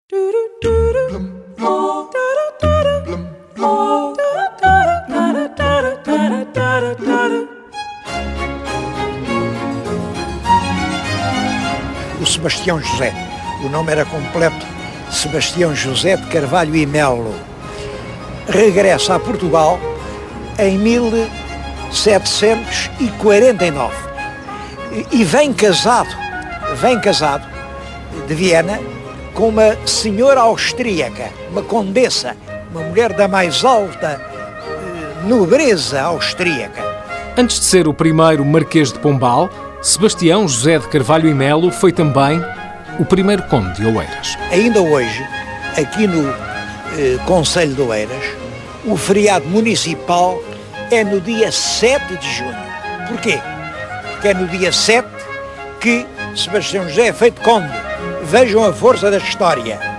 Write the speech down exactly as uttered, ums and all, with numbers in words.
O Sebastião José. O nome era completo Sebastião José de Carvalho e Melo. Regressa a Portugal em mil setecentos e quarenta e nove e vem casado, vem casado de Viena com uma senhora austríaca, uma condessa, uma mulher da mais alta eh, nobreza austríaca. Antes de ser o primeiro Marquês de Pombal, Sebastião José de Carvalho e Melo foi também o primeiro Conde de Oeiras. Ainda hoje, aqui no eh, Concelho de Oeiras, o feriado municipal é no dia sete de junho. Porquê? Porque é no dia sete que Sebastião José é feito conde. Vejam a força da história.